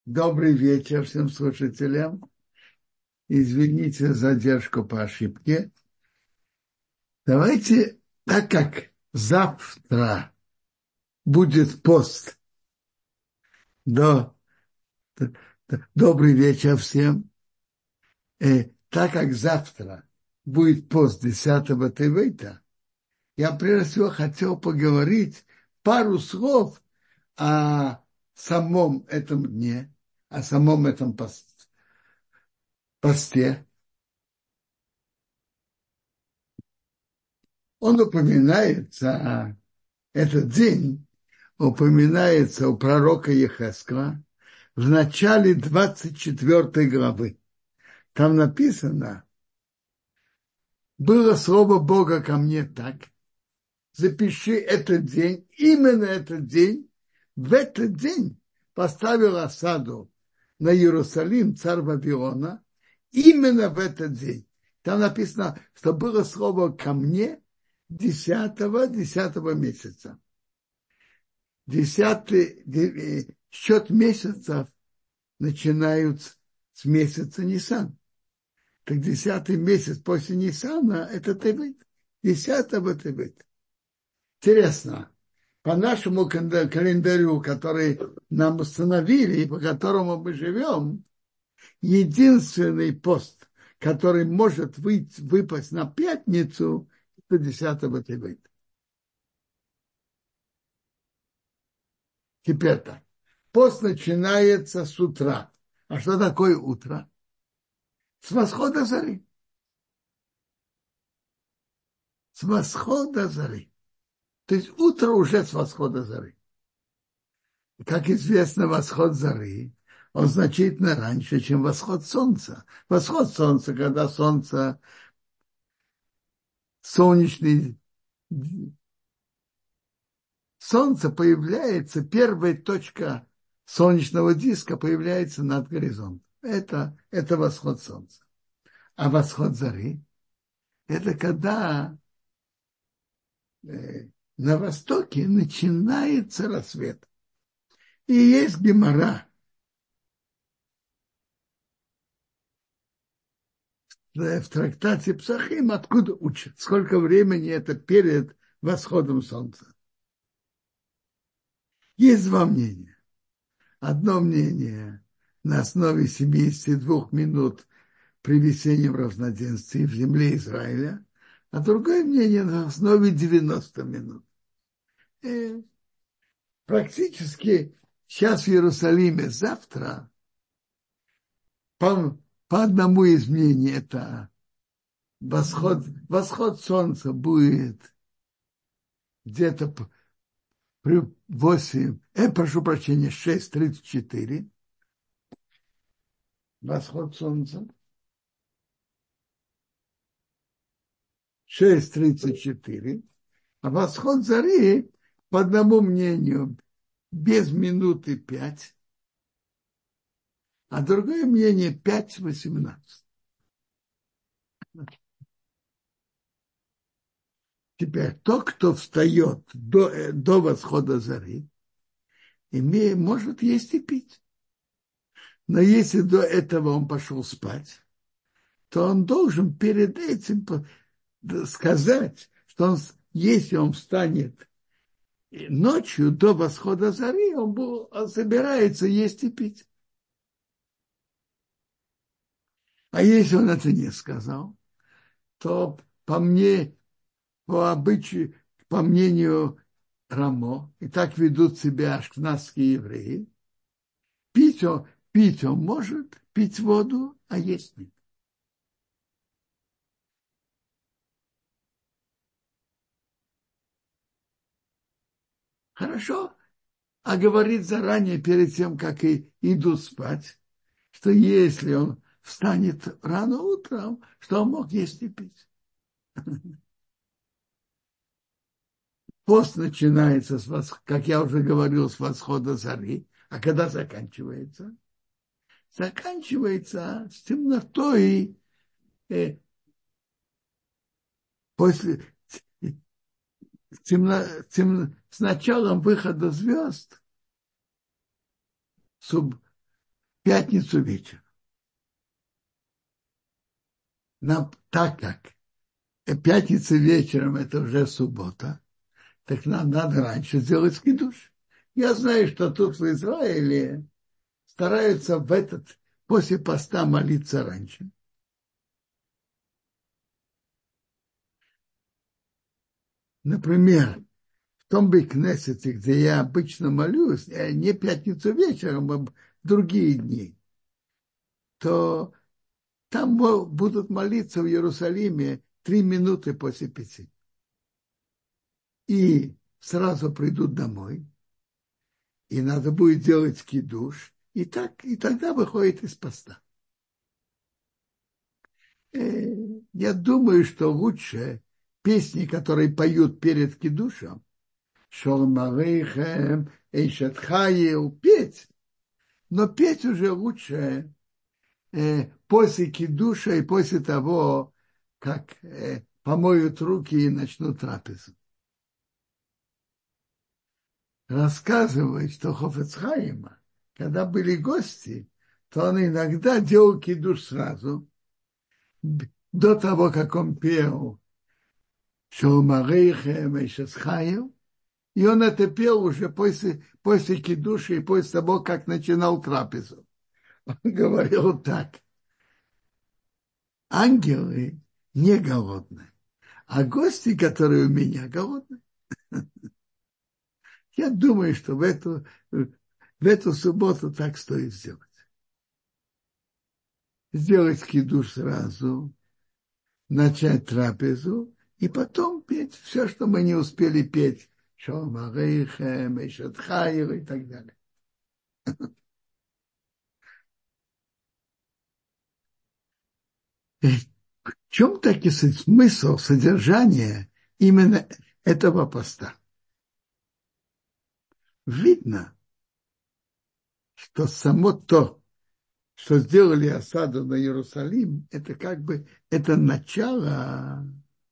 Добрый вечер всем слушателям. Извините за задержку по ошибке. Давайте, так как завтра будет пост, до, добрый вечер всем. Так как завтра будет пост 10-го Тевейта, я прежде всего хотел поговорить пару слов о самом этом дне, о самом этом посте. Он упоминается, этот день упоминается у пророка Ехескла в начале 24 главы. Там написано: было слово Бога ко мне так: запиши этот день, именно этот день, в этот день поставил осаду на Иерусалим царь Вавилона, именно в этот день. Там написано, что было слово ко мне 10 месяца. Счет месяцев начинают с месяца Нисан. Так 10 месяц после Нисана – это Тевит. 10-го Тевит. Интересно, по нашему календарю, который нам установили и по которому мы живем, единственный пост, который может выпасть на пятницу, это 10-го Тевит. Теперь так. Пост начинается с утра. А что такое утро? С восхода зари. С восхода зари. То есть утро уже с восхода зари. Как известно, восход зари, он значительно раньше, чем восход солнца. Восход солнца, когда солнечный, солнце появляется, первая точка солнечного диска появляется над горизонтом. Это восход солнца. А восход зари – это когда на востоке начинается рассвет. И есть гемара в трактате Псахим, откуда учат, сколько времени это перед восходом солнца. Есть два мнения. Одно мнение на основе 72 минут при весеннем равноденствии в земле Израиля, а другое мнение на основе 90 минут. И практически сейчас в Иерусалиме завтра по одному из мнений это восход солнца будет где-то при 8, прошу прощения, 6:34, восход солнца, 6:34, а восход зари, по одному мнению, без минуты 5, а другое мнение 5:18. Теперь тот, кто встает до восхода зари, может есть и пить. Но если до этого он пошел спать, то он должен перед этим сказать, что если он встанет ночью до восхода зари, он собирается есть и пить. А если он это не сказал, то по обычаю, по мнению Рамо, и так ведут себя ашкеназские евреи, пить он может, пить воду, а есть нет. Хорошо, а говорит заранее, перед тем, как и идут спать, что если он встанет рано утром, что он мог есть и пить. Пост начинается, как я уже говорил, с восхода зари. А когда заканчивается? Заканчивается с темнотой, после, с началом выхода звезд пятницу вечером. Так как пятница вечером это уже суббота, так нам надо раньше сделать кидуш. Я знаю, что тут в Израиле стараются после поста молиться раньше. Например, в том бейт-кнесете, где я обычно молюсь, не пятницу вечером, а в другие дни, то там будут молиться в Иерусалиме 3 минуты после 5. И сразу придут домой, и надо будет делать кидуш, и тогда выходит из поста. Я думаю, что лучше песни, которые поют перед кидушем, Шолом Алейхем, Эйшат Хаил, петь, но петь уже лучше после кидуша и после того, как помоют руки и начнут трапезу. Рассказывает, что Хофец Хаима, когда были гости, то он иногда делал кидуш сразу, до того, как он пел Шолом Алейхем, Эйшат Хаил, и он это пел уже после кидуша и после того, как начинал трапезу. Он говорил так: ангелы не голодны, а гости, которые у меня, голодны. Я думаю, что в эту субботу так стоит сделать. Сделать кидуш сразу, начать трапезу, и потом петь все, что мы не успели петь. Шолом Алейхем, Эйшат Хаил и так далее. В чем таки смысл, содержание именно этого поста? Видно, что само то, что сделали осаду на Иерусалим, это как бы это начало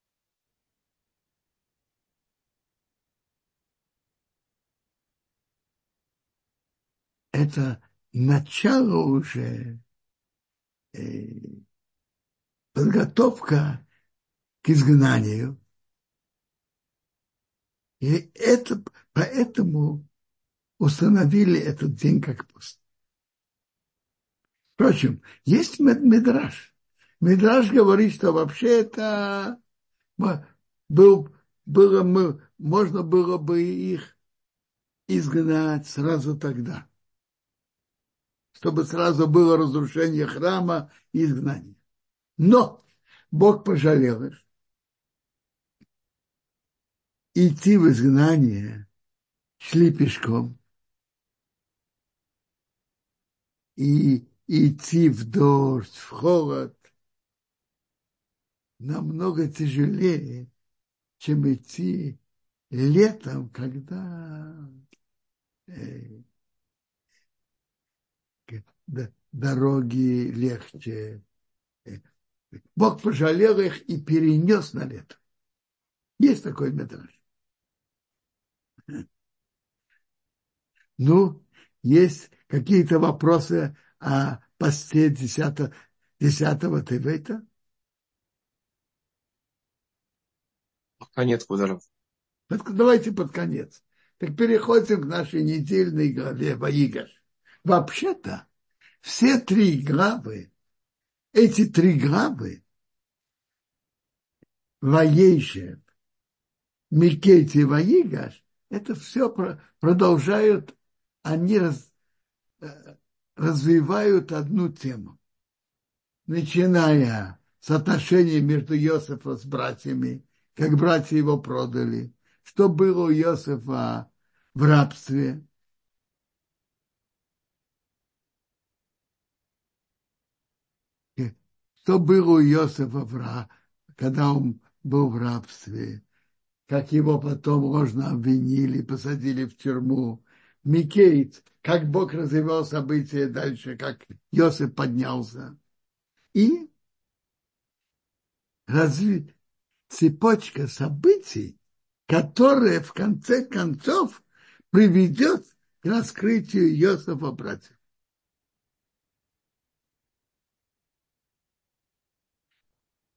уже э, подготовка к изгнанию. И поэтому установили этот день как пост. Впрочем, есть мидраш. Мидраш говорит, что вообще это можно было бы их изгнать сразу тогда, чтобы сразу было разрушение храма и изгнание. Но Бог пожалел их. Идти в изгнание шли пешком, и идти в дождь, в холод намного тяжелее, чем идти летом, когда дороги легче. Бог пожалел их и перенес на лето. Есть такой метраж. Ну, есть какие-то вопросы о посте 10-го Тевета? Конец ударов. Давайте под конец. Так переходим к нашей недельной главе Ваигаш. Вообще-то все 3 главы, эти 3 главы, Ваейшев, Микейт и Ваигаш, это все продолжают, они развивают одну тему. Начиная с отношений между Иосифом с братьями, как братья его продали, что было у Иосифа в рабстве, что было у Иосифа, когда он был в рабстве, как его потом ложно обвинили, посадили в тюрьму. Микейт, как Бог развивал события дальше, как Иосиф поднялся. И цепочка событий, которая в конце концов приведет к раскрытию Иосифа братьев.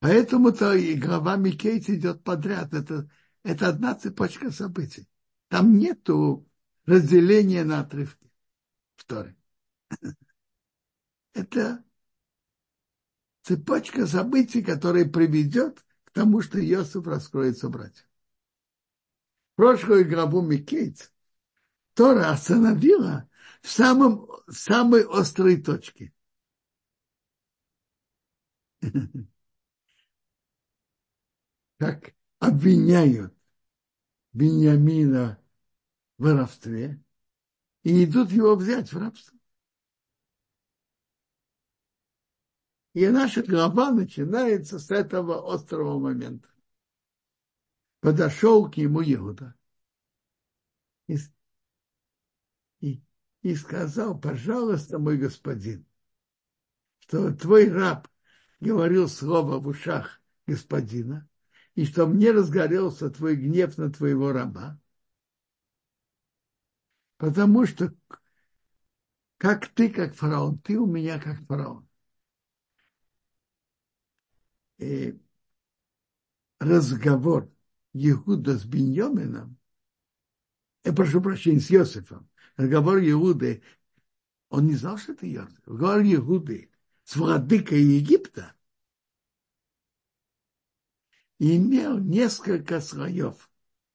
Поэтому-то и глава Микейц идет подряд. Это одна цепочка событий. Там нету разделения на отрывки в Торе. Это цепочка событий, которая приведет к тому, что Иосиф раскроется братьям. Прошлую главу Микейц Тора остановила в самой острой точке. Как обвиняют Биньямина в воровстве и идут его взять в рабство. И наша глава начинается с этого острого момента. Подошел к нему Иуда и, и сказал: пожалуйста, мой господин, что твой раб говорил слово в ушах господина, и что мне разгорелся твой гнев на твоего раба, потому что как ты, как фараон, ты у меня как фараон. И разговор Иуда с Биньямином, прошу прощения, с Иосифом, разговор Иуды, он не знал, что это Иосиф. Разговор Иуды с владыкой Египта имел несколько слоев.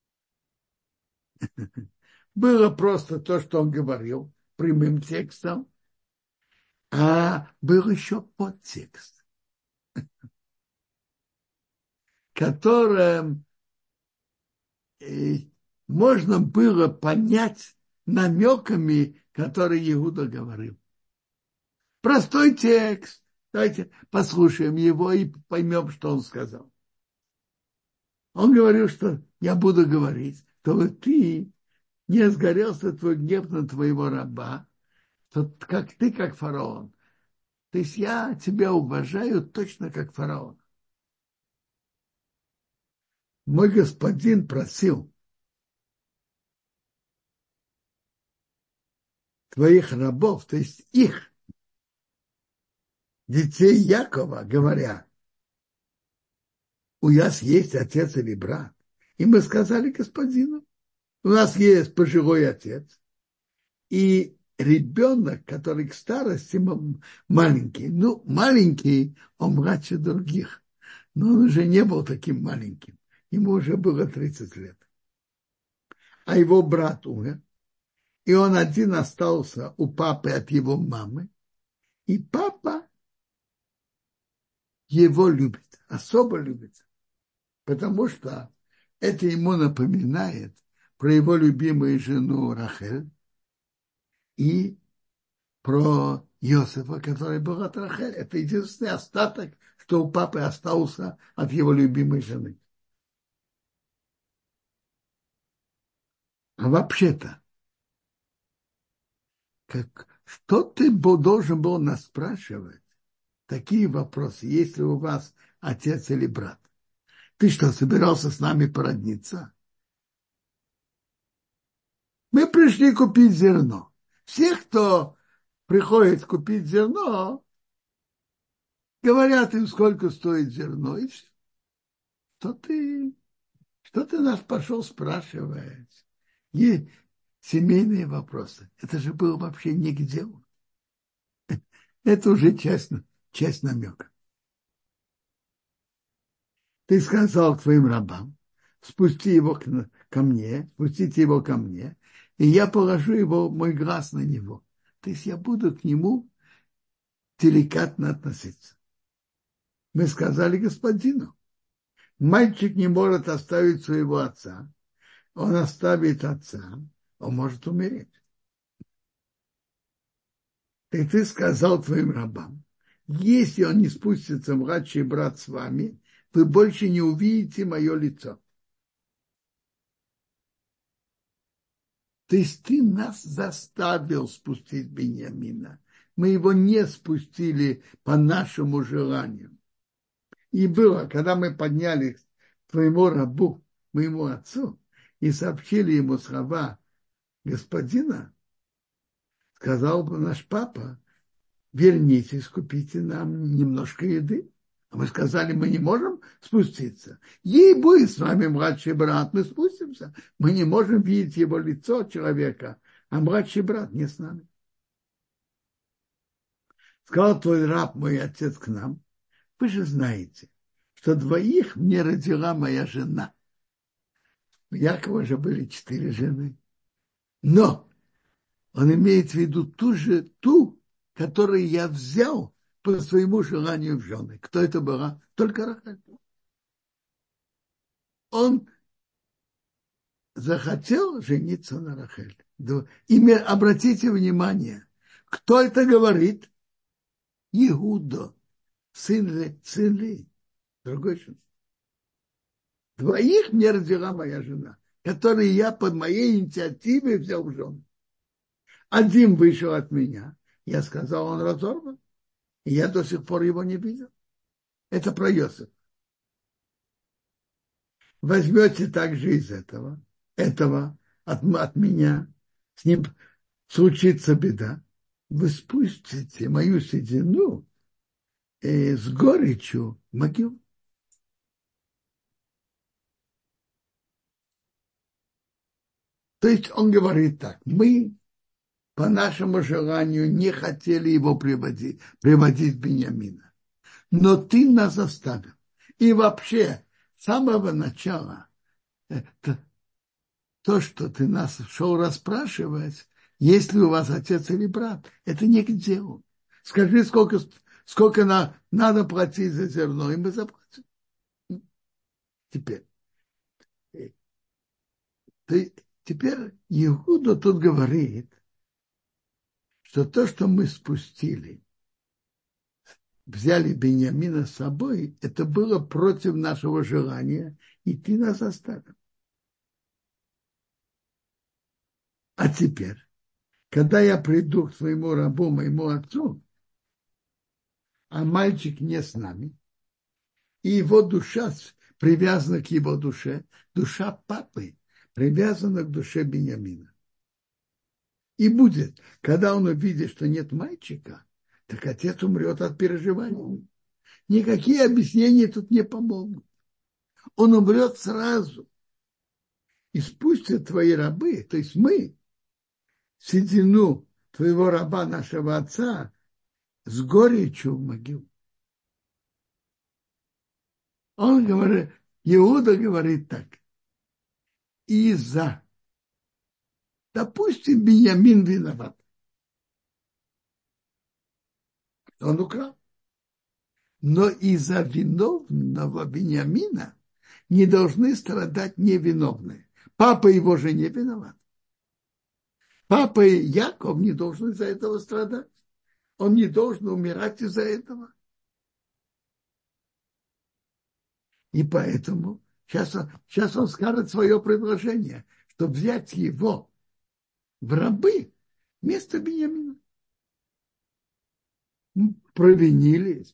Было просто то, что он говорил прямым текстом, а был еще подтекст, которым можно было понять намеками, которые Иуда говорил. Простой текст. Давайте послушаем его и поймем, что он сказал. Он говорил, что я буду говорить, чтобы ты не сгорелся твой гнев на твоего раба, что как ты, как фараон. То есть я тебя уважаю точно как фараон. Мой господин просил твоих рабов, то есть их, детей Якова, говоря: у нас есть отец или брат. И мы сказали господину: у нас есть пожилой отец и ребенок, который к старости маленький. Ну, маленький, он младше других, но он уже не был таким маленьким. Ему уже было 30 лет. А его брат умер, и он один остался у папы от его мамы. И папа его любит, особо любит, потому что это ему напоминает про его любимую жену Рахель и про Иосифа, который был от Рахель. Это единственный остаток, что у папы остался от его любимой жены. А вообще-то, что ты должен был нас спрашивать? Такие вопросы, есть ли у вас отец или брат? Ты что, собирался с нами породниться? Мы пришли купить зерно. Всех, кто приходит купить зерно, говорят им, сколько стоит зерно. И все. Что ты нас пошел спрашивать? И семейные вопросы. Это же было вообще не к делу. Это уже часть намека. Ты сказал твоим рабам: спусти его ко мне, спустите его ко мне, и я положу мой глаз на него. То есть я буду к нему деликатно относиться. Мы сказали господину: мальчик не может оставить своего отца, он оставит отца, он может умереть. И ты сказал твоим рабам: если он не спустится, младший брат, с вами, вы больше не увидите мое лицо. То есть ты нас заставил спустить Биньямина. Мы его не спустили по нашему желанию. И было, когда мы поднялись к твоему рабу, моему отцу, и сообщили ему слова господина, сказал бы наш папа: вернитесь, купите нам немножко еды. А мы сказали, мы не можем спуститься. Ей будет с вами младший брат, мы спустимся. Мы не можем видеть его лицо человека, а младший брат не с нами. Сказал твой раб, мой отец, к нам: вы же знаете, что двоих мне родила моя жена. У Якова же были 4 жены. Но он имеет в виду ту, которую я взял по своему желанию в жены. Кто это была? Только Рахель. Он захотел жениться на Рахель. Обратите внимание, кто это говорит? Иуда, сын Ли, другой сын. Двоих мне родила моя жена, которые я под моей инициативой взял в жены. Один вышел от меня, я сказал, он разорван, и я до сих пор его не видел. Это про Йосифа. Возьмете также из этого от меня, с ним случится беда, вы спустите мою седину с горечью в могилу. То есть он говорит так: мы по нашему желанию не хотели его приводить Биньямина, но ты нас заставил. И вообще, с самого начала, то, что ты нас шел расспрашивать, есть ли у вас отец или брат, это не к делу. Скажи, сколько надо платить за зерно, и мы заплатим. Теперь, теперь Иуда тут говорит, что то, что мы спустили, взяли Биньямина с собой, это было против нашего желания, и ты нас оставил. А теперь, когда я приду к своему рабу, моему отцу, а мальчик не с нами, и его душа привязана к его душе, душа папы привязана к душе Биньямина. И будет, когда он увидит, что нет мальчика, так отец умрет от переживаний. Никакие объяснения тут не помогут. Он умрет сразу. И спустят твои рабы, то есть мы, седину твоего раба, нашего отца, с горечью в могилу. Он говорит, Иуда говорит так: допустим, Биньямин виноват. Он украл. Но из-за виновного Биньямина не должны страдать невиновные. Папа его же не виноват. Папа Яков не должен из-за этого страдать. Он не должен умирать из-за этого. И поэтому сейчас он скажет свое предложение, чтобы взять его в рабы вместо Биньямина. Провинились.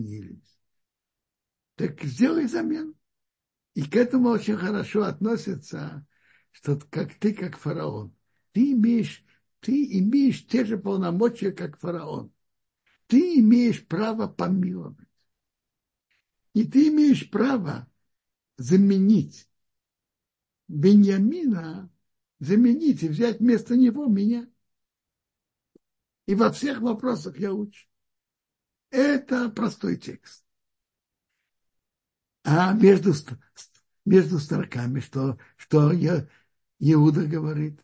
Так сделай замену. И к этому очень хорошо относится, что как фараон. Ты имеешь те же полномочия, как фараон. Ты имеешь право помиловать. И ты имеешь право заменить Биньямина, заменить и взять вместо него меня. И во всех вопросах я учу. Это простой текст. А между строками, что Иуда говорит?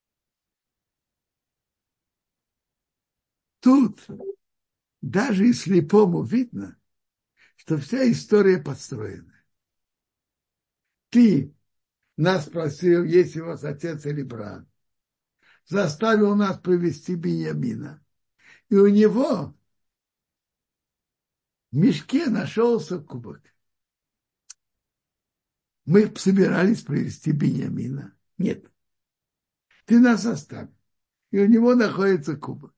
Тут даже и слепому видно, что вся история подстроена. Ты нас спросил, есть у вас отец или брат. Заставил нас привести Биньямина. И у него в мешке нашелся кубок. Мы собирались привести Биньямина. Нет. Ты нас оставил. И у него находится кубок.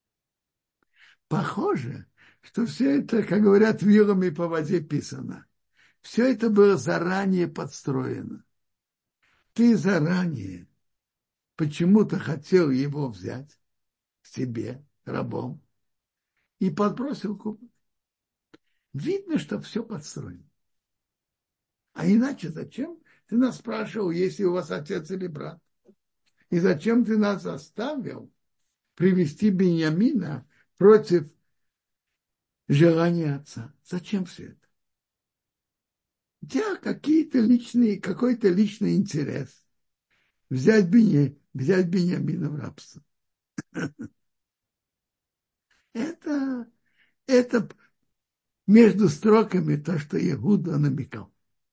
Похоже, что все это, как говорят, вилами по воде писано. Все это было заранее подстроено. Ты заранее почему-то хотел его взять к себе, рабом, и подбросил кубок. Видно, что все подстроено. А иначе зачем ты нас спрашивал, есть ли у вас отец или брат? И зачем ты нас заставил привести Беньямина против желания отца? Зачем все это? У тебя какой-то личный интерес взять Беньямина в рабство. Это между строками то, что Иуда намекал.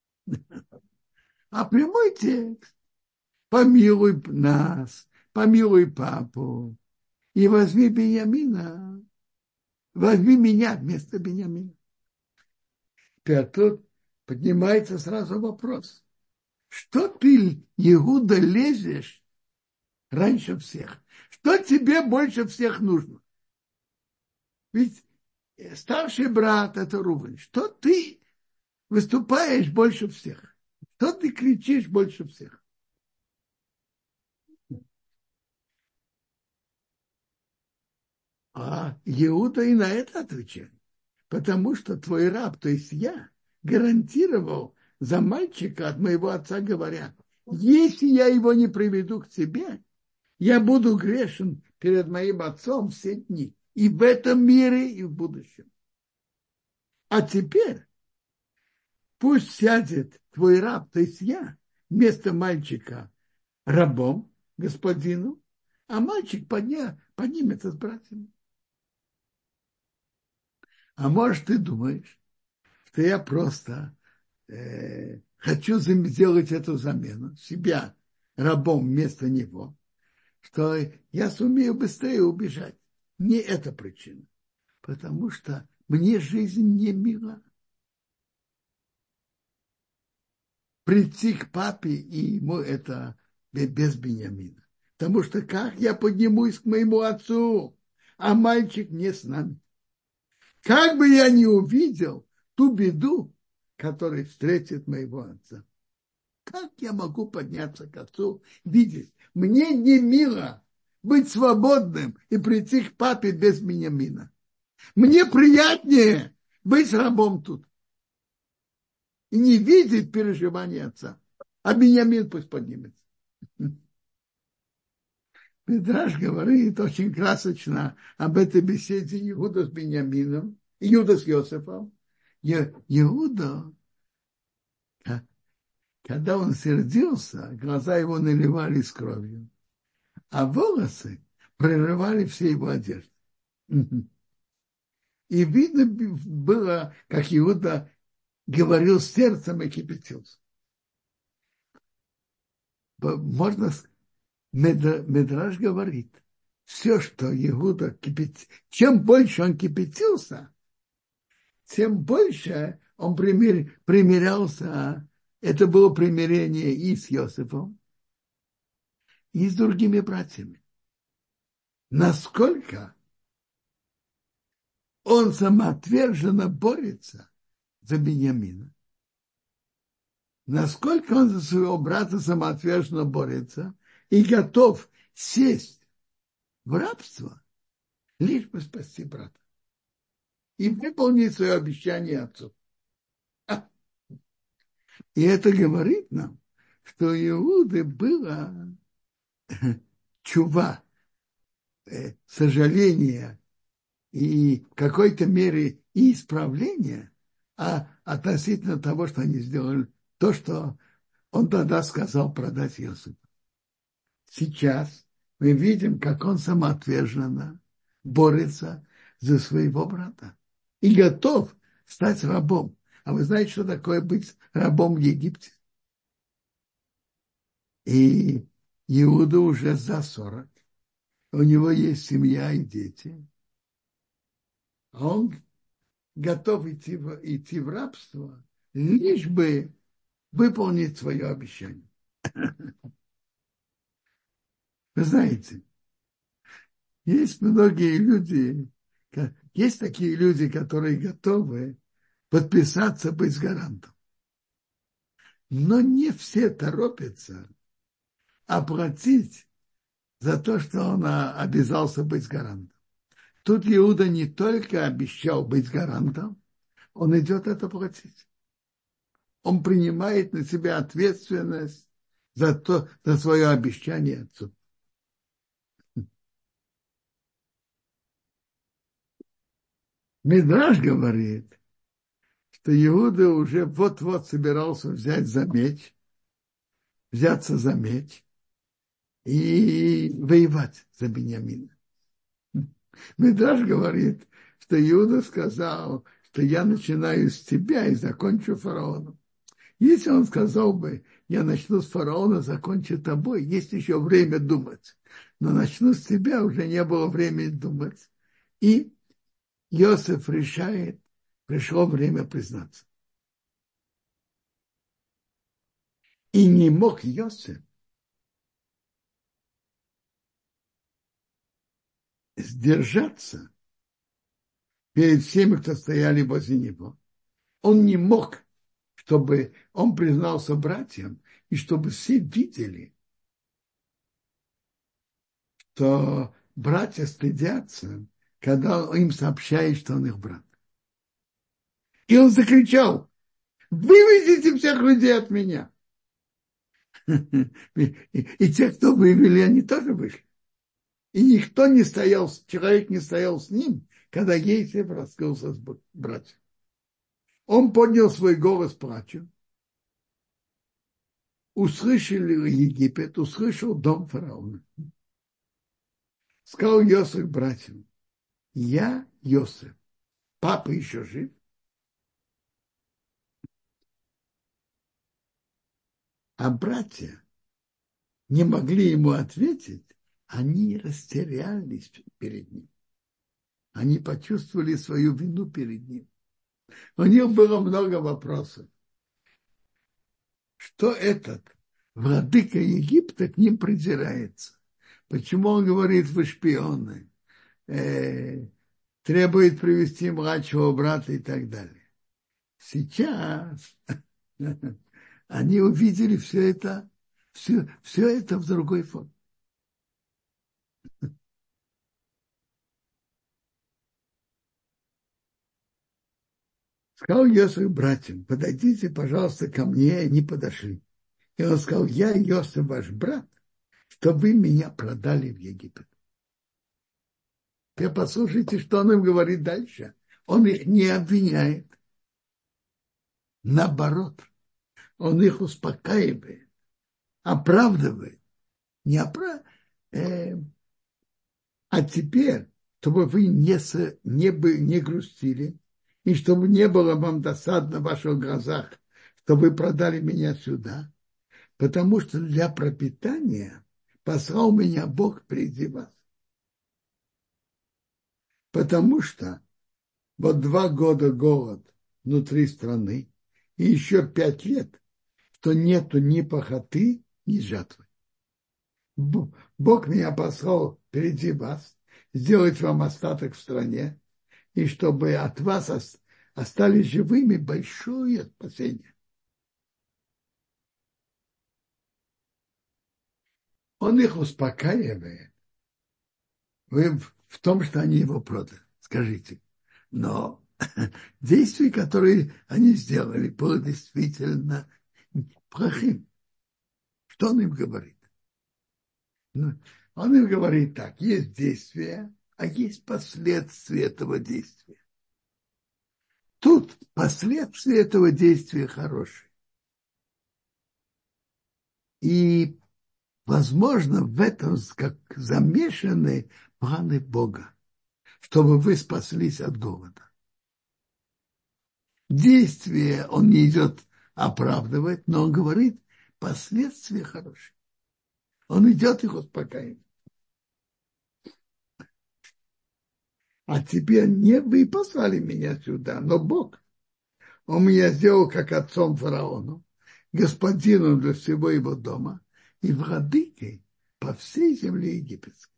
А прямой текст: помилуй нас, помилуй папу, и возьми Беньямина, возьми меня вместо Беньямина. А тут поднимается сразу вопрос: что ты, Иуда, лезешь раньше всех? Что тебе больше всех нужно? Ведь старший брат – это Рувен. Что ты выступаешь больше всех? Что ты кричишь больше всех? А Иуда и на это отвечает. Потому что твой раб, то есть я, гарантировал за мальчика от моего отца, говоря: если я его не приведу к тебе, я буду грешен перед моим отцом все дни. И в этом мире, и в будущем. А теперь пусть сядет твой раб, то есть я, вместо мальчика рабом господину, а мальчик поднимется с братьями. А может, ты думаешь, что я просто хочу сделать эту замену, себя рабом вместо него, что я сумею быстрее убежать. Не это причина. Потому что мне жизнь не мила. Прийти к папе и ему это без Беньямина. Потому что как я поднимусь к моему отцу, а мальчик не с нами? Как бы я не увидел ту беду, которая встретит моего отца. Как я могу подняться к отцу, видеть? Мне не мило быть свободным и прийти к папе без Беньямина. Мне приятнее быть рабом тут и не видеть переживания отца. А Беньямин пусть поднимется. Мидраш говорит очень красочно об этой беседе Иуда с Беньямином, Иуда с Йосефом. Иуда, когда он сердился, глаза его наливались кровью, а волосы прерывали все его одежды. И видно было, как Иуда говорил сердцем и кипятился. Можно сказать, Медраж говорит, все, что Иуда кипятился, чем больше он кипятился, тем больше он примирялся. Это было примирение и с Иосифом, и с другими братьями. Насколько он самоотверженно борется за Беньямина, насколько он за своего брата самоотверженно борется и готов сесть в рабство, лишь бы спасти брата и выполнить свое обещание отцу. И это говорит нам, что у Иуды было чува, сожаление и в какой-то мере и исправление, а относительно того, что они сделали, то, что он тогда сказал продать Иосифа. Сейчас мы видим, как он самоотверженно борется за своего брата и готов стать рабом. А вы знаете, что такое быть рабом в Египте? И Иуда уже за 40. У него есть семья и дети. А он готов идти в рабство, лишь бы выполнить свое обещание. Вы знаете, есть многие люди, есть такие люди, которые готовы подписаться быть гарантом. Но не все торопятся оплатить за то, что он обязался быть гарантом. Тут Иуда не только обещал быть гарантом, Он идет это платить. Он принимает на себя ответственность за свое обещание отцу. Мидраш говорит, что Иуда уже вот-вот собирался взяться за меч и воевать за Биньямина. Мидраш говорит, что Иуда сказал, что я начинаю с тебя и закончу фараоном. Если он сказал бы, я начну с фараона, закончу тобой, есть еще время думать. Но начну с тебя, уже не было времени думать. И Иосиф решает, пришло время признаться. И не мог Иосиф сдержаться перед всеми, кто стояли возле него. Он не мог, чтобы он признался братьям, и чтобы все видели, что братья стыдятся, когда он им сообщает, что он их брат. И он закричал: выведите всех людей от меня. И те, кто вывели, они тоже вышли. И никто не стоял, человек не стоял с ним, когда Ейсев раскрылся с братьями. Он поднял свой голос плачу, услышал Египет, услышал дом фараона. Сказал Йосеф братьям: я Йосеф, папа еще жив? А братья не могли ему ответить, они растерялись перед ним. Они почувствовали свою вину перед ним. У них было много вопросов. Что этот владыка Египта к ним придирается? Почему он говорит: вы шпионы, требует привести младшего брата и так далее? Сейчас они увидели все это в другой форме. Сказал Йосеф братьям: подойдите, пожалуйста, ко мне. И они подошли. И он сказал: я Йосеф, ваш брат, что вы меня продали в Египет. Теперь послушайте, что он им говорит дальше. Он их не обвиняет. Наоборот, он их успокаивает, оправдывает. А теперь, чтобы вы не грустили, и чтобы не было вам досадно в ваших глазах, что вы продали меня сюда, потому что для пропитания послал меня Бог впереди вас. Потому что вот 2 года голод внутри страны, и еще 5 лет, что нету ни пахоты, ни жатвы. Бог меня послал впереди вас, сделать вам остаток в стране, и чтобы от вас остались живыми большое спасение. Он их успокаивает в том, что они его продали. Скажите. Но действия, которые они сделали, было действительно плохим. Что он им говорит? Он им говорит так: есть действия, а есть последствия этого действия. Тут последствия этого действия хорошие. И, возможно, в этом как замешаны планы Бога, чтобы вы спаслись от голода. Действие он не идет оправдывать, но он говорит, последствия хорошие. Он идет их успокаивать. А теперь не вы послали меня сюда, но Бог. Он меня сделал как отцом фараону, господином для всего его дома и владыкой по всей земле египетской.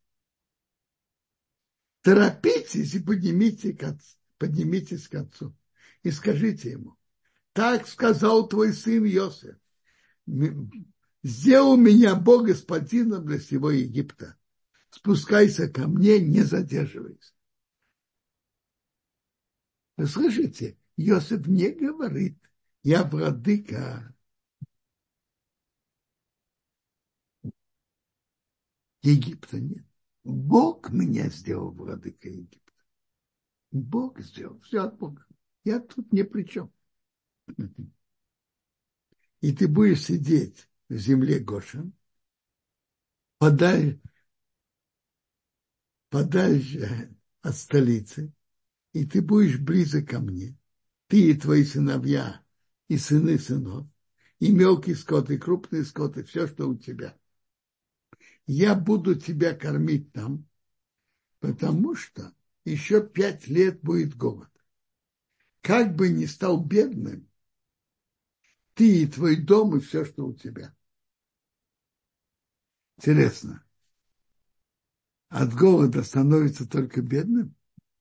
Торопитесь и поднимитесь к отцу и скажите ему: так сказал твой сын Йосеф, сделал меня Бог господином для всего Египта. Спускайся ко мне, не задерживайся. Вы слышите? Иосиф не говорит, я владыка Египта. Нет. Бог меня сделал владыкой Египта. Бог сделал. Все от Бога. Я тут ни при чем. И ты будешь сидеть в земле Гошен, подальше от столицы, и ты будешь близок ко мне. Ты и твои сыновья, и сыны сынов, и мелкий скот, и крупный скот, и все, что у тебя. Я буду тебя кормить там, потому что еще 5 лет будет голод. Как бы ни стал бедным, ты и твой дом, и все, что у тебя. Интересно, от голода становится только бедным?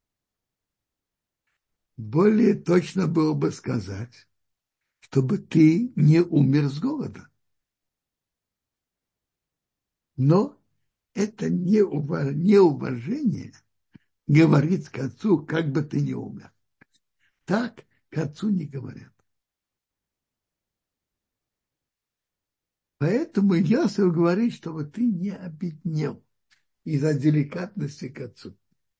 Более точно было бы сказать, чтобы ты не умер с голода. Но это неуважение говорить к отцу, как бы ты ни умер. Так к отцу не говорят. Поэтому Иосиф говорит, чтобы ты не обеднел из-за деликатности к отцу.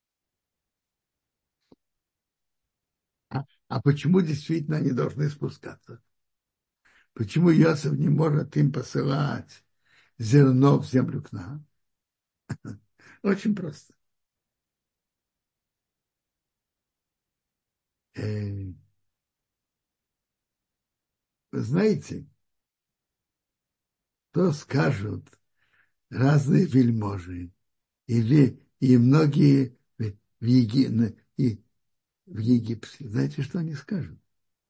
А почему действительно они должны спускаться? Почему Иосиф не может им посылать зерно в землю к нам? Очень просто. Вы знаете, что скажут разные вельможи и многие в Египте. Знаете, что они скажут?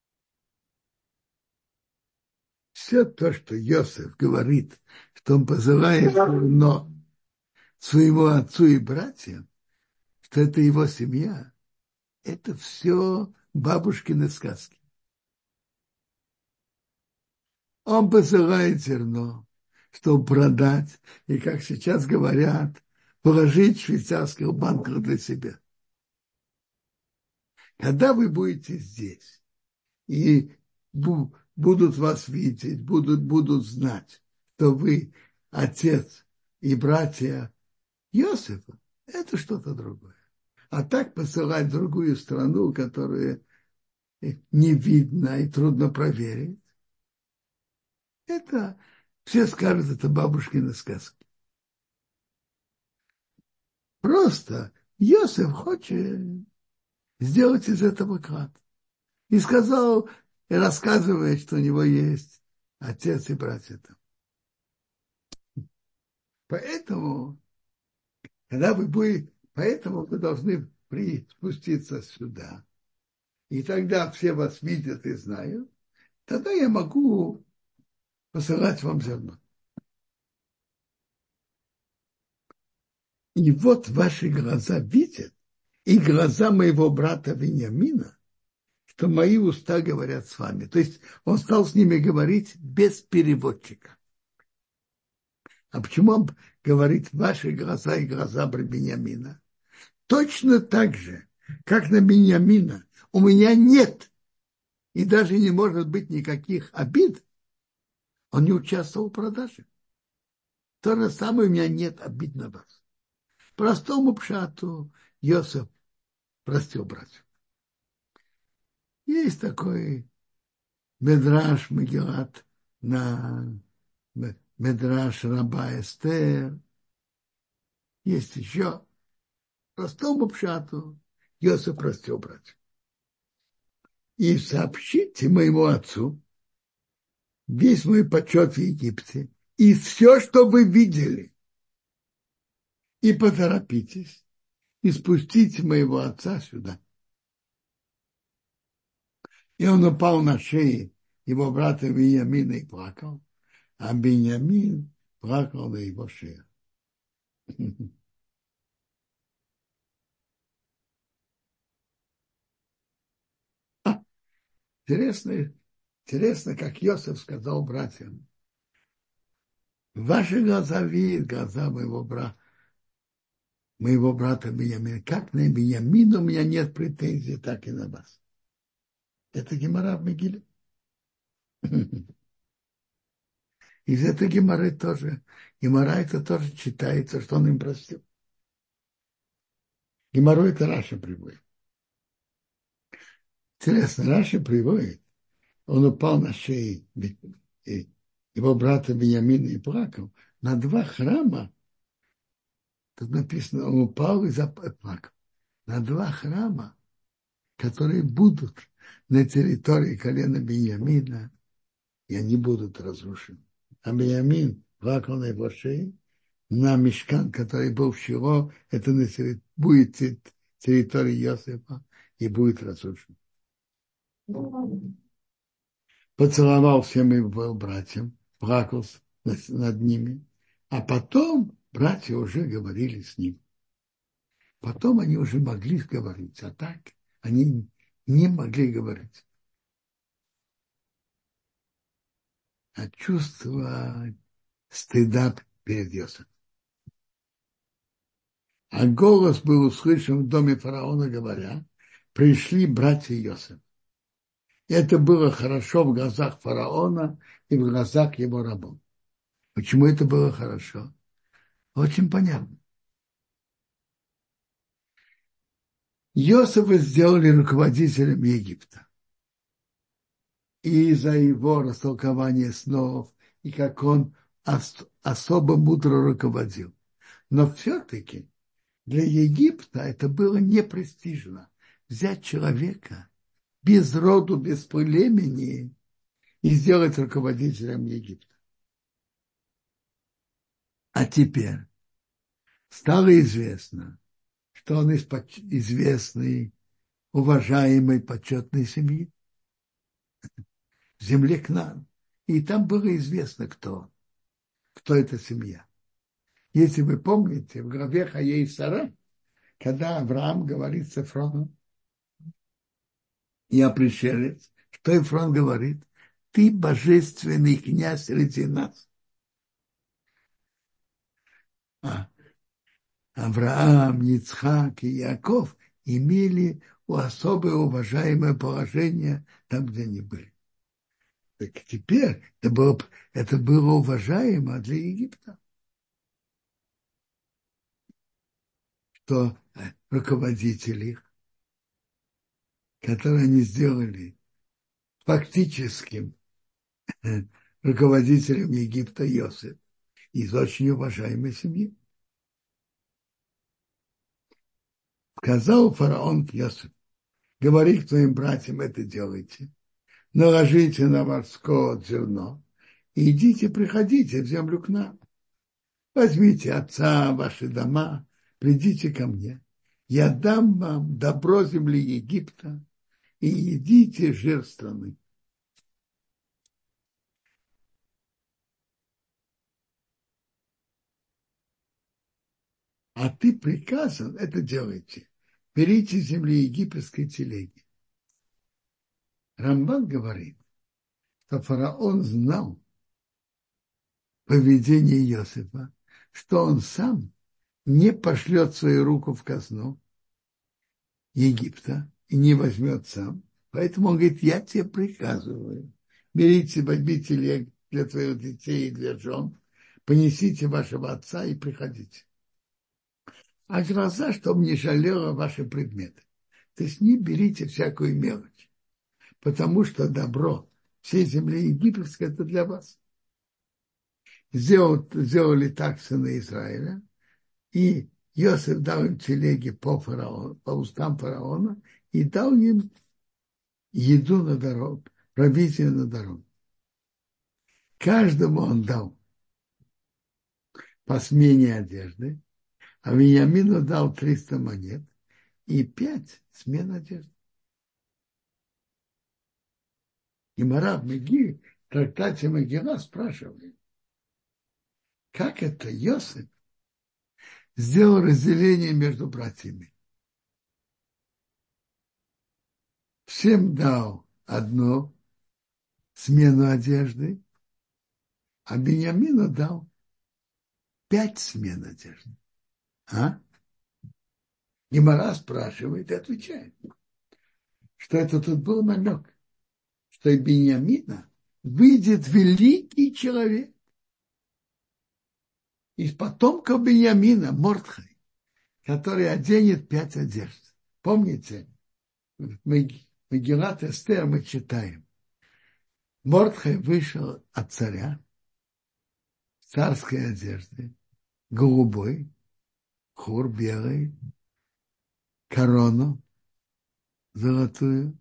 Все то, что Иосиф говорит, что он посылает зерно своему отцу и братьям, что это его семья, это все бабушкины сказки. Он посылает зерно, чтобы продать, и, как сейчас говорят, положить в швейцарских банках для себя. Когда вы будете здесь, и будут вас видеть, будут знать, что вы отец и братья Иосифа, это что-то другое. А так посылать в другую страну, которую не видно и трудно проверить, это все скажут, это бабушкины сказки. Просто Иосиф хочет сделать из этого клад. И сказал, и рассказывает, что у него есть отец и братья там. Поэтому, поэтому вы должны спуститься сюда. И тогда все вас видят и знают. Тогда я могу посылать вам зерно. И вот ваши глаза видят, и глаза моего брата Вениамина, что мои уста говорят с вами. То есть он стал с ними говорить без переводчика. А почему он говорит ваши глаза и глаза Бениамина? Точно так же, как на Бениамина у меня нет и даже не может быть никаких обид, он не участвовал в продаже. То же самое у меня нет обид на вас. Простому пшату Йосеф простил братьев. Есть такой Медраш Мегилат на Медраш Раба Эстер. Есть еще простому пшату Йосеф простил братьев. И сообщите моему отцу весь мой почет в Египте и все, что вы видели. И поторопитесь и спустите моего отца сюда. И он упал на шею его брата Вениамина и плакал, а Бениамин плакал на его шее. Интересно, интересно, как Иосиф сказал братьям, ваши глаза видят глаза моего брата Бениамина. Как на Бениамина у меня нет претензий, так и на вас. Это Гемара в Мегиле. Из этой Гемары тоже, Гемара это тоже читается, что он им простил. Гемару это Раша приводит. Интересно, Раша приводит, он упал на шею его брата Беньямина и плакал. На два храма, тут написано, он упал и заплакал. На два храма, которые будут на территории колена Беньямина, и они будут разрушены. А Беньямин плакал на его шее, на мешкан, который был в Шило, это будет территория Иосифа и будет разрушен. Поцеловал всем его братьям, плакал над ними, а потом братья уже говорили с ним. Потом они уже могли говорить, а так они не могли говорить. А чувство стыда перед Иосифом. А голос был услышан в доме фараона, говоря, пришли братья Иосифа. Это было хорошо в глазах фараона и в глазах его рабов. Почему это было хорошо? Очень понятно. Иосифа сделали руководителем Египта. И за его растолкование снов, и как он особо мудро руководил. Но все-таки для Египта это было непрестижно. Взять человека без роду, без племени и сделать руководителем Египта. А теперь стало известно, что он из известной, уважаемой, почетной семьи, в земле Кнаан. И там было известно, кто эта семья. Если вы помните, в главе Хаей Сара, когда Авраам говорит с Эфроном, я пришелец, что Эфрон говорит? Ты божественный князь среди нас. Авраам, Ицхак и Яков имели особое уважаемое положение там, где они были. Так теперь это было уважаемо для Египта. Что руководители, которые они сделали фактическим руководителем Египта Иосиф из очень уважаемой семьи. Сказал фараон к Иосифу, говори к твоим братьям, это делайте, наложите на морское зерно и идите, приходите в землю к нам. Возьмите отца, ваши дома, придите ко мне. Я дам вам добро земли Египта и едите жир страны. А ты приказан, это делайте. Берите земли египетской телеги. Рамбан говорит, что фараон знал поведение Иосифа, что он сам не пошлет свою руку в казну Египта и не возьмет сам. Поэтому он говорит, я тебе приказываю, берите, возьмите телег для твоих детей и для жен, понесите вашего отца и приходите. А глаза, чтобы не жалела ваши предметы. То есть не берите всякую мелочь, потому что добро всей земли египетской это для вас. Сделали так сыны Израиля, и Иосиф дал им телеги по устам фараона и дал им еду на дорогу, провизию на дорогу. Каждому он дал по смене одежды, а Вениамину дал 300 монет и 5 смен одежды. И Марав Меги в трактате Мегила спрашивает, как это Иосиф сделал разделение между братьями. Всем дал одну смену одежды, а Беньямину дал 5 смен одежды. А? Гемара спрашивает и отвечает, что это тут был намек. что из Биньямина выйдет великий человек. Из потомков Биньямина Мордхай, который оденет 5 одежд. Помните, в Мегилат Эстер мы читаем. Мордхай вышел от царя в царской одежде, голубой, хур белый, корону золотую,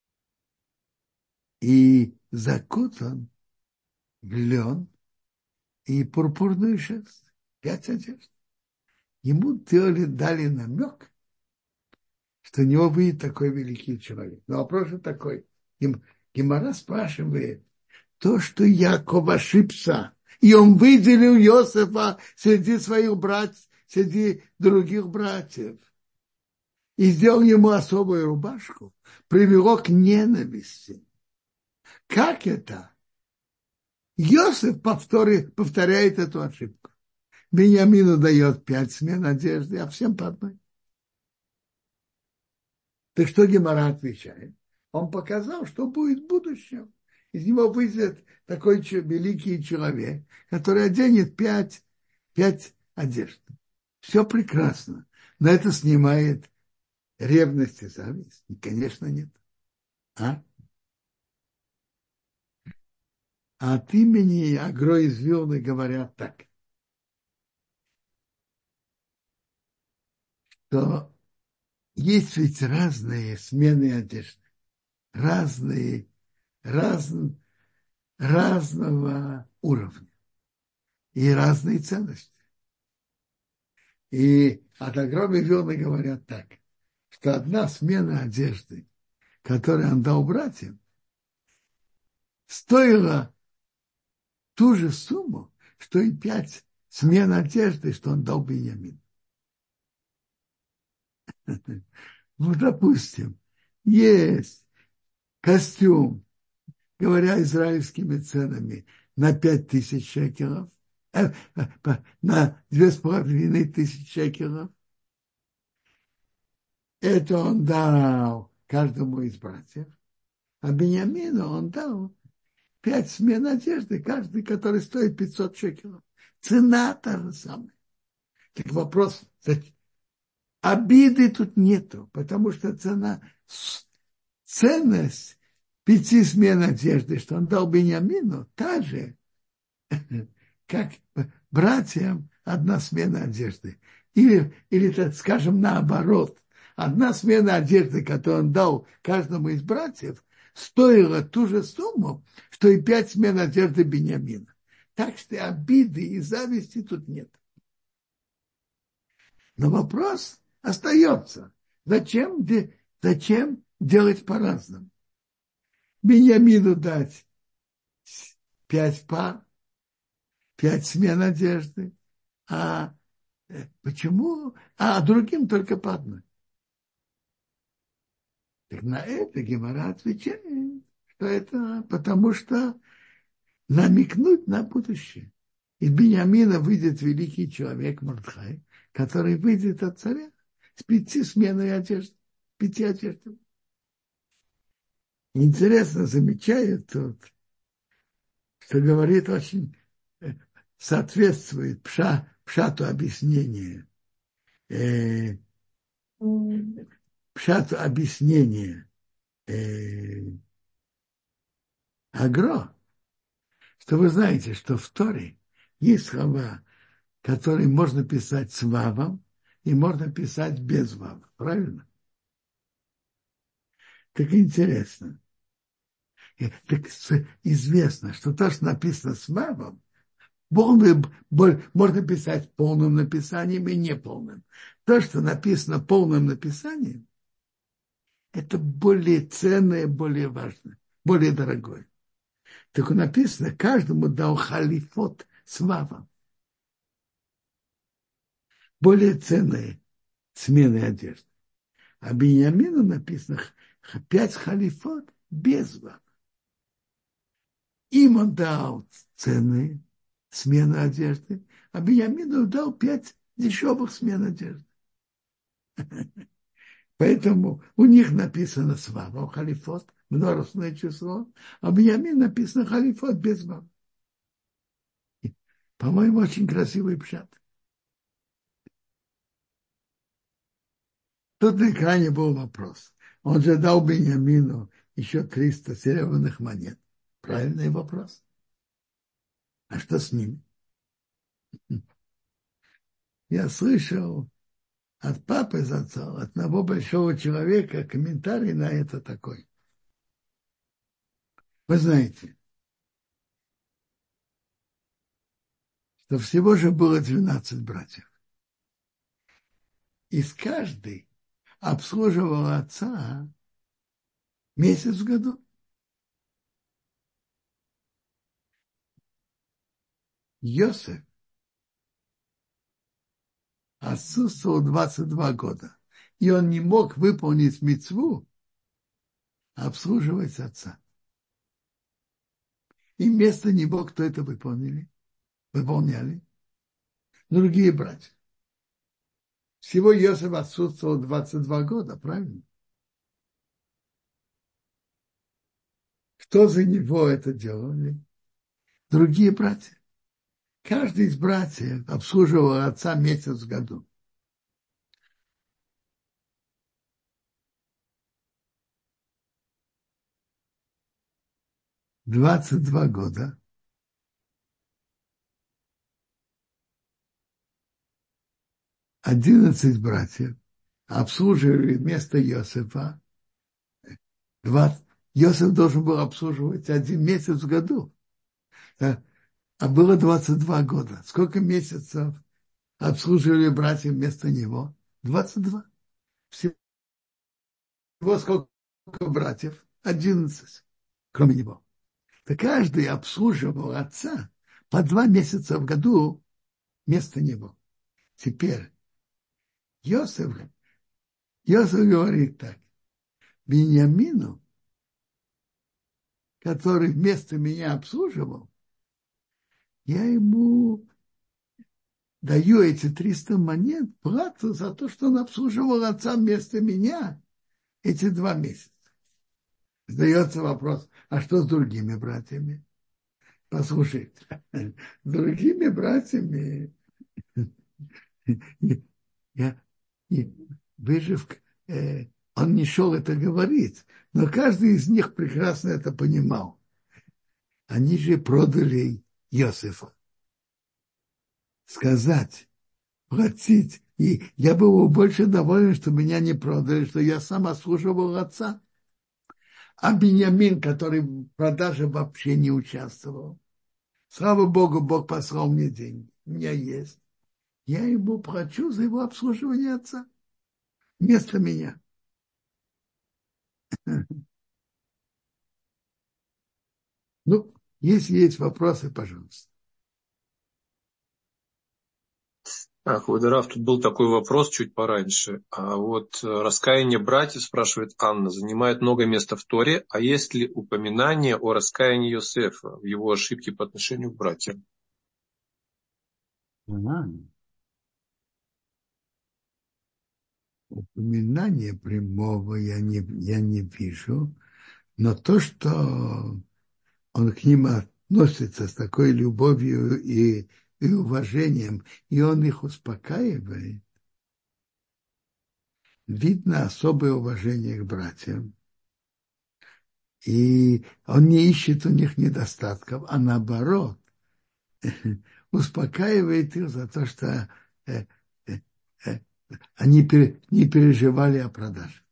и закутан в лен и пурпурную шерсть. 5 одежд. Ему дали намек, что у него выйдет такой великий человек. Но вопрос же такой. Гемара спрашивает, то, что Яков ошибся, и он выделил Иосифа среди своих братьев, среди других братьев, и сделал ему особую рубашку, привело к ненависти. Как это? Иосиф повторяет эту ошибку. Биньямину дает 5 смен одежды, а всем по одной. Так что Гемара отвечает? Он показал, что будет в будущем. Из него выйдет такой великий человек, который оденет 5 одежд. Все прекрасно. Но это снимает ревность и зависть? Конечно, нет. А от имени Агро из Вилны говорят так, что есть ведь разные смены одежды, разные, разного уровня и разные ценности. И от Агро из Вилны говорят так, что одна смена одежды, которую он дал братьям, стоила ту же сумму, что и 5 смен одежды, что он дал Биньямину. Ну, допустим, есть костюм, говоря израильскими ценами, на 5000 шекелов, на 2500 шекелов. Это он дал каждому из братьев. А Биньямину он дал 5 смен одежды, каждый, который стоит 500 шекелов. Цена та же самая. Так вопрос, обиды тут нету, потому что ценность 5 смен одежды, что он дал Биньямину, та же, как братьям 1 смена одежды. Или, так скажем, наоборот. 1 смена одежды, которую он дал каждому из братьев, стоила ту же сумму, что и 5 смен одежды Биньямина. Так что обиды и зависти тут нет. Но вопрос остается. Зачем делать по-разному? Биньямину дать 5 пар, 5 смен одежды, а почему? А другим только по одной. Так на это Гемара отвечает, что это потому что намекнуть на будущее. Из Биньямина выйдет великий человек Мордхай, который выйдет от царя с 5 сменой одежды, 5 одеждами. Интересно замечает тут, что говорит очень соответствует пшату объяснения. Пшату объяснения Агро, что вы знаете, что в Торе есть слова, которые можно писать с вавом и можно писать без вава. Правильно? Так интересно. Так известно, что то, что написано с вавом, можно писать полным написанием и неполным. То, что написано полным написанием, это более ценное, более важное, более дорогое. Так написано, каждому дал халифот с вавом. Более ценные смены одежды. А Биньямину написано 5 халифот без вава. Им он дал ценные смены одежды, а Биньямину дал 5 дешевых смен одежды. Поэтому у них написано с вавом халифот, множественное число, а в Биньямин написано халифот без вава. По-моему, очень красивый пшат. Тут на экране был вопрос. Он же дал Биньямину еще 300 серебряных монет. Правильный вопрос. А что с ними? Я слышал от папы зацал, от одного большого человека, комментарий на это такой. Вы знаете, что всего же было 12 братьев. Из каждой обслуживал отца месяц в году. Йосеф отсутствовал 22 года. И он не мог выполнить мицву, обслуживать отца. И вместо него кто это выполняли? Другие братья. Всего Йосеф отсутствовал 22 года, правильно? Кто за него это делали? Другие братья. Каждый из братьев обслуживал отца месяц в году. — 22 года. 11 братьев обслуживали вместо Йосефа. 20. Йосеф должен был обслуживать 1 месяц в году. А было 22 года. Сколько месяцев обслуживали братья вместо него? 22. Всего сколько братьев? 11, кроме него. То каждый обслуживал отца по 2 месяца в году вместо него. Теперь Йосеф говорит так. Биньямину, который вместо меня обслуживал, я ему даю эти 300 монет, плату за то, что он обслуживал отца вместо меня эти 2 месяца. Задается вопрос, а что с другими братьями? Послушайте, с другими братьями выжив, он не шел это говорить, но каждый из них прекрасно это понимал. Они же продали Йосефа. Сказать, платить. И я был больше доволен, что меня не продали, что я сам обслуживал отца. А Биньямин, который в продаже вообще не участвовал. Слава Богу, Бог послал мне деньги. У меня есть. Я ему плачу за его обслуживание отца. Вместо меня. Ну, если есть вопросы, пожалуйста. Так, Водорав, тут был такой вопрос чуть пораньше. А вот раскаяние братьев, спрашивает Анна, занимает много места в Торе. А есть ли упоминание о раскаянии Йосефа в его ошибке по отношению к братьям? Упоминания прямого я не вижу. Но то, что он к ним относится с такой любовью и уважением, и он их успокаивает, видно особое уважение к братьям. И он не ищет у них недостатков, а наоборот, успокаивает их за то, что они не переживали о продаже.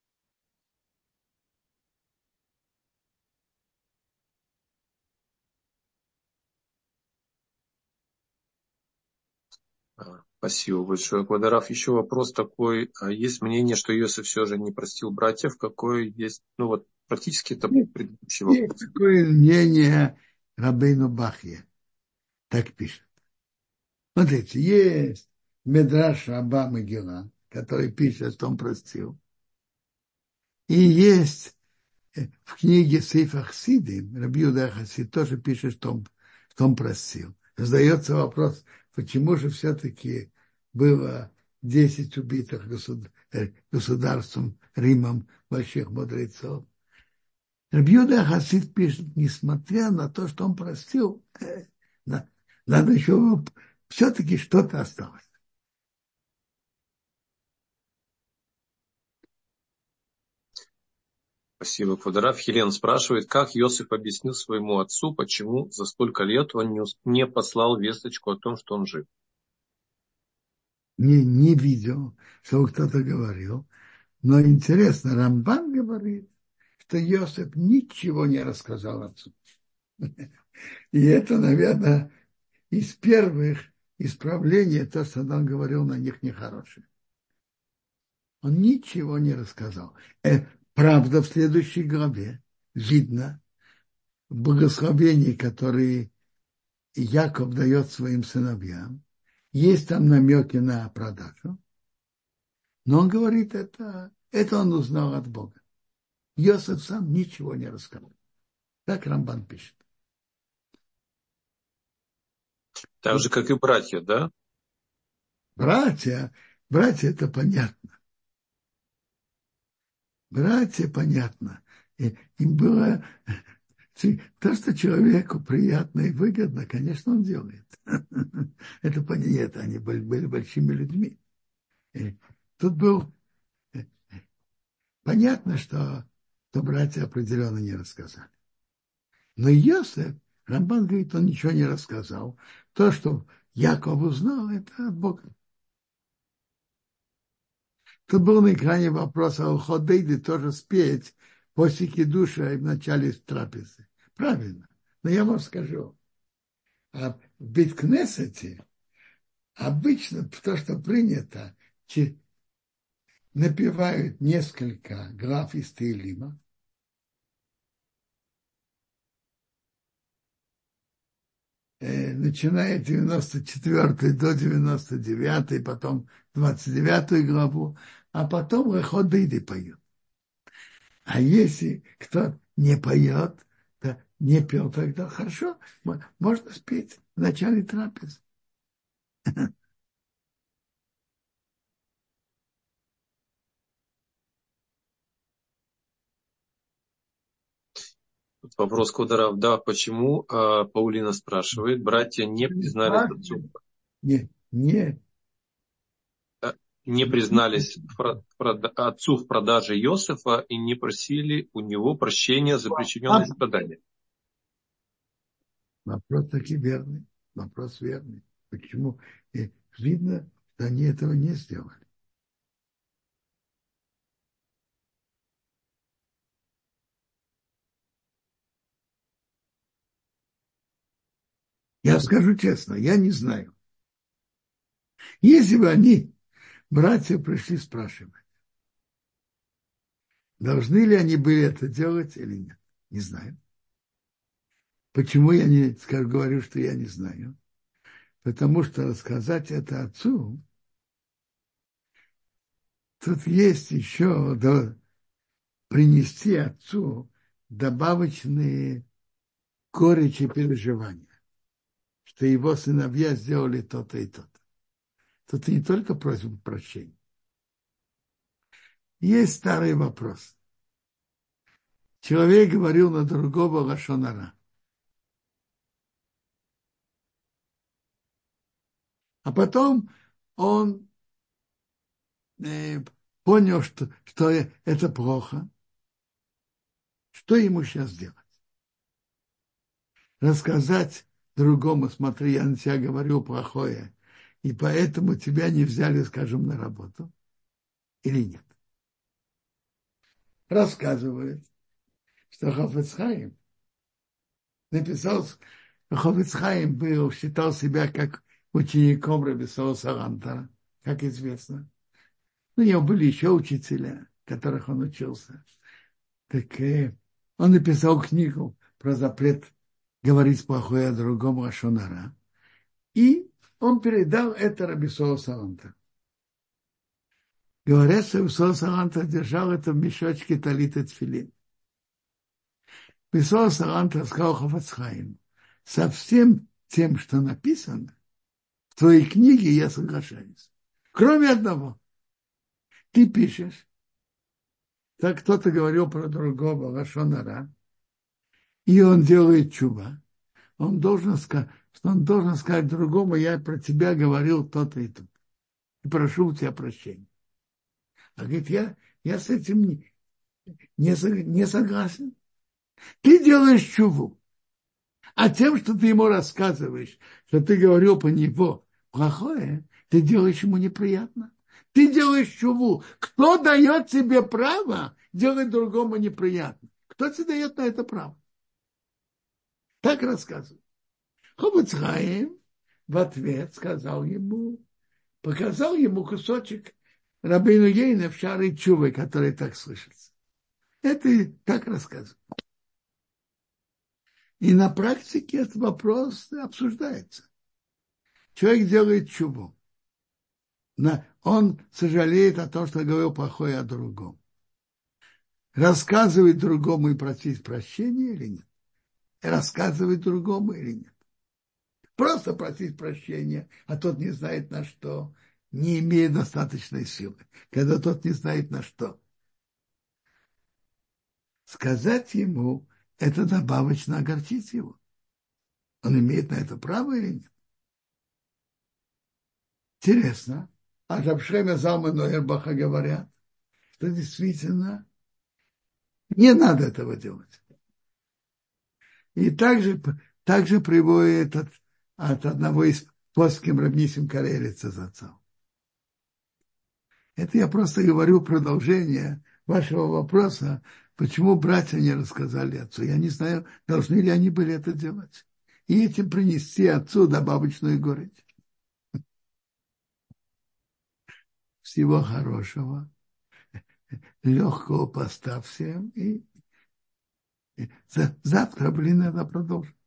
Спасибо большое, Водорав. Еще вопрос такой. Есть мнение, что Йосеф все же не простил братьев? Какое есть, практически это предыдущий вопрос. Есть такое мнение Рабейну Бахья. Так пишет. Смотрите, есть Медраш Раба Могила, который пишет, что он простил. И есть в книге Сейф Хасидим, Раби Юда Хасид тоже пишет, что он простил. Задается вопрос, почему же все-таки было 10 убитых государством Римом больших мудрецов. Раби Юда Хасид пишет, несмотря на то, что он простил, надо еще все-таки что-то осталось. Спасибо, Квадарав. Хелен спрашивает, как Йосиф объяснил своему отцу, почему за столько лет он не послал весточку о том, что он жив. Не видел, что кто-то говорил. Но интересно, Рамбан говорит, что Йосиф ничего не рассказал отцу. И это, наверное, из первых исправлений, то, что он говорил на них нехорошее. Он ничего не рассказал. Правда, в следующей главе видно в благословении, которые Яков дает своим сыновьям, есть там намеки на продажу, но он говорит, это он узнал от Бога. Йосиф сам ничего не рассказал. Так Рамбан пишет. Так же, как и братья, да? Братья, это понятно. Братья, понятно. Им было то, что человеку приятно и выгодно, конечно, он делает. Это понятно, они были большими людьми. Тут было понятно, что братья определенно не рассказали. Но Йосеф, Рамбан говорит, он ничего не рассказал. То, что Яков узнал, это от Бога. Тут был на экране вопрос, а у Ходейды тоже спеть после кидуша и в начале трапезы. Правильно. Но я вам скажу, а в Бейт-Кнесете обычно то, что принято, напевают несколько глав из Теилима, начиная 94 до 99, потом 29 главу, а потом Эход Дейды поют. А если кто не поет, да, не пел, тогда хорошо, можно спеть в начале трапезы. Вопрос Квадарав. Да, почему, Паулина спрашивает, братья не признались отцу? Не признались отцу в продаже Йосефа и не просили у него прощения за причиненные страдания. Вопрос таки верный. Вопрос верный. Почему? И видно, что они этого не сделали. Я скажу честно, я не знаю. Если бы они, братья, пришли спрашивать, должны ли они были это делать или нет, не знаю. Почему я не говорю, что я не знаю? Потому что рассказать это отцу, тут есть еще принести отцу добавочные горечи переживания, что его сыновья сделали то-то и то-то. Тут не только просьба прощения. Есть старый вопрос. Человек говорил на другого лашон ара. А потом он понял, что это плохо. Что ему сейчас делать? Рассказать другому, смотри, я на тебя говорю плохое, и поэтому тебя не взяли, скажем, на работу? Или нет? Рассказывает, что Хафец Хаим написал, Хафец Хаим считал себя как учеником Раби Саранта, как известно. У него были еще учителя, которых он учился. Так он написал книгу про запрет говорить плохое о другом лашон ара. И он передал это Раби Саранта. Говорят, что Раби Саранта держал это в мешочке талит и тфилин. Раби Саранта сказал Хафец Хаим, со всем тем, что написано, в твоей книге я соглашаюсь. Кроме одного. Ты пишешь, так кто-то говорил про другого лашон ара, и он делает чува. Он должен сказать, что он должен сказать другому: я про тебя говорил то-то и то. И прошу у тебя прощения. А говорит, я с этим не согласен. Ты делаешь чуву. А тем, что ты ему рассказываешь, что ты говорил по него плохое, ты делаешь ему неприятно. Ты делаешь чуву. Кто дает тебе право делать другому неприятно? Кто тебе дает на это право? Так рассказывает. Ховец Хаим в ответ сказал ему, показал ему кусочек Рабейну Йейна в Шаре Чувы, который так слышится. Это так рассказывает. И на практике этот вопрос обсуждается. Человек делает чуву. Он сожалеет о том, что говорил плохое о другом. Рассказывает другому и просить прощения или нет? Рассказывать другому или нет? Просто просить прощения, а тот не знает на что, не имеет достаточной силы. Когда тот не знает на что. Сказать ему, это добавочно огорчить его. Он имеет на это право или нет? Интересно. А Рабшема Залман и Эрбаха говорят, что действительно не надо этого делать. И также приводит от одного из плоским Рабнисим Карелица за отцом. Это я просто говорю продолжение вашего вопроса, почему братья не рассказали отцу. Я не знаю, должны ли они были это делать. И этим принести отцу добавочную горечь. Всего хорошего, легкого поста всем. И завтра, надо продолжить.